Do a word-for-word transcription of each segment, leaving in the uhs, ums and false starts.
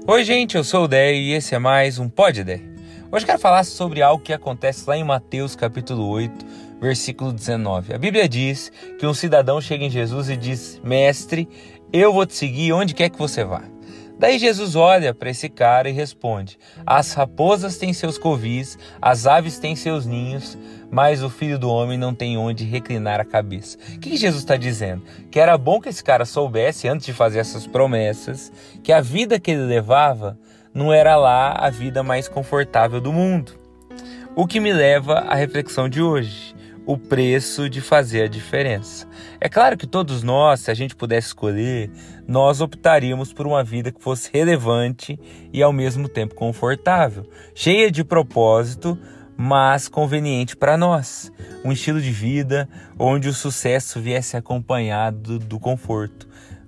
Oi gente, eu sou o Dé e esse é mais um Pod Dé. Hoje eu quero falar sobre algo que acontece lá em Mateus capítulo oito, versículo dezenove. A Bíblia diz que um cidadão chega em Jesus e diz: Mestre, eu vou te seguir onde quer que você vá. Daí Jesus olha para esse cara e responde: as raposas têm seus covis, as aves têm seus ninhos, mas o Filho do Homem não tem onde reclinar a cabeça. O que Jesus está dizendo? Que era bom que esse cara soubesse, antes de fazer essas promessas, que a vida que ele levava não era lá a vida mais confortável do mundo. O que me leva à reflexão de hoje: o preço de fazer a diferença. É claro que todos nós, se a gente pudesse escolher, nós optaríamos por uma vida que fosse relevante e ao mesmo tempo confortável, cheia de propósito, mas conveniente para nós. Um estilo de vida onde o sucesso viesse acompanhado do conforto.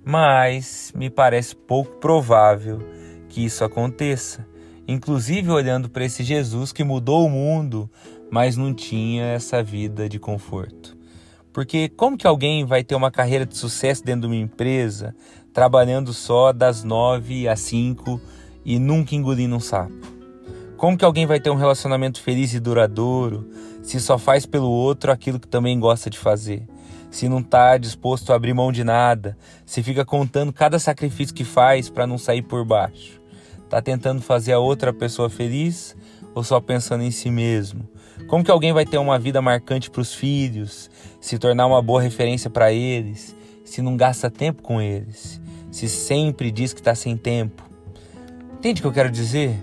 Mas me parece pouco provável que isso aconteça. Inclusive olhando para esse Jesus que mudou o mundo, mas não tinha essa vida de conforto. Porque como que alguém vai ter uma carreira de sucesso dentro de uma empresa, trabalhando só das nove às cinco e nunca engolindo um sapo? Como que alguém vai ter um relacionamento feliz e duradouro se só faz pelo outro aquilo que também gosta de fazer? Se não está disposto a abrir mão de nada, se fica contando cada sacrifício que faz para não sair por baixo? Está tentando fazer a outra pessoa feliz ou só pensando em si mesmo? Como que alguém vai ter uma vida marcante para os filhos, se tornar uma boa referência para eles, se não gasta tempo com eles, se sempre diz que está sem tempo? Entende o que eu quero dizer?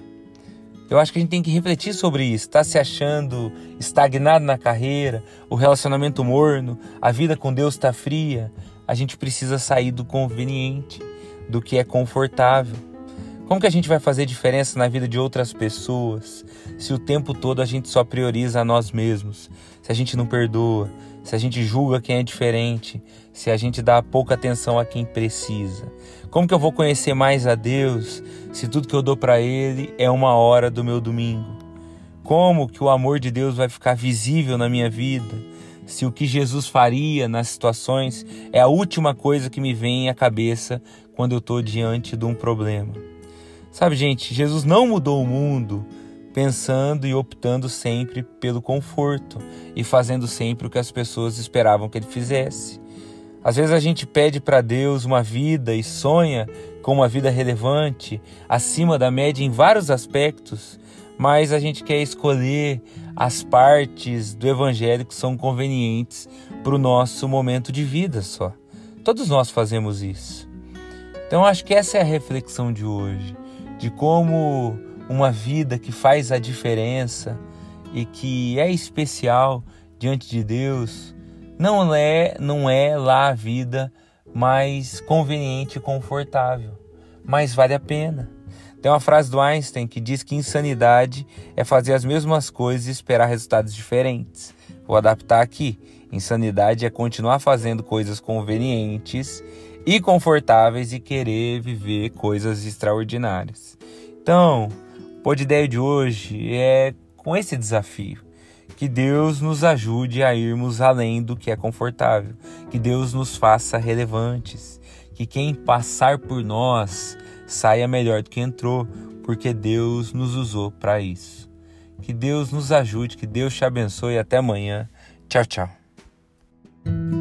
Eu acho que a gente tem que refletir sobre isso. Está se achando estagnado na carreira, o relacionamento morno, a vida com Deus está fria. A gente precisa sair do conveniente, do que é confortável. Como que a gente vai fazer diferença na vida de outras pessoas se o tempo todo a gente só prioriza a nós mesmos? Se a gente não perdoa, se a gente julga quem é diferente, se a gente dá pouca atenção a quem precisa? Como que eu vou conhecer mais a Deus se tudo que eu dou para Ele é uma hora do meu domingo? Como que o amor de Deus vai ficar visível na minha vida se o que Jesus faria nas situações é a última coisa que me vem à cabeça quando eu estou diante de um problema? Sabe, gente, Jesus não mudou o mundo pensando e optando sempre pelo conforto e fazendo sempre o que as pessoas esperavam que ele fizesse. Às vezes a gente pede para Deus uma vida e sonha com uma vida relevante, acima da média em vários aspectos, mas a gente quer escolher as partes do evangelho que são convenientes para o nosso momento de vida só. Todos nós fazemos isso. Então acho que essa é a reflexão de hoje, de como uma vida que faz a diferença e que é especial diante de Deus não é, não é lá a vida mais conveniente e confortável, mas vale a pena. Tem uma frase do Einstein que diz que insanidade é fazer as mesmas coisas e esperar resultados diferentes. Vou adaptar aqui. Insanidade é continuar fazendo coisas convenientes e confortáveis e querer viver coisas extraordinárias. Então, o Pod Dé de hoje é com esse desafio. Que Deus nos ajude a irmos além do que é confortável. Que Deus nos faça relevantes. Que quem passar por nós saia melhor do que entrou, porque Deus nos usou para isso. Que Deus nos ajude, que Deus te abençoe e até amanhã. Tchau, tchau.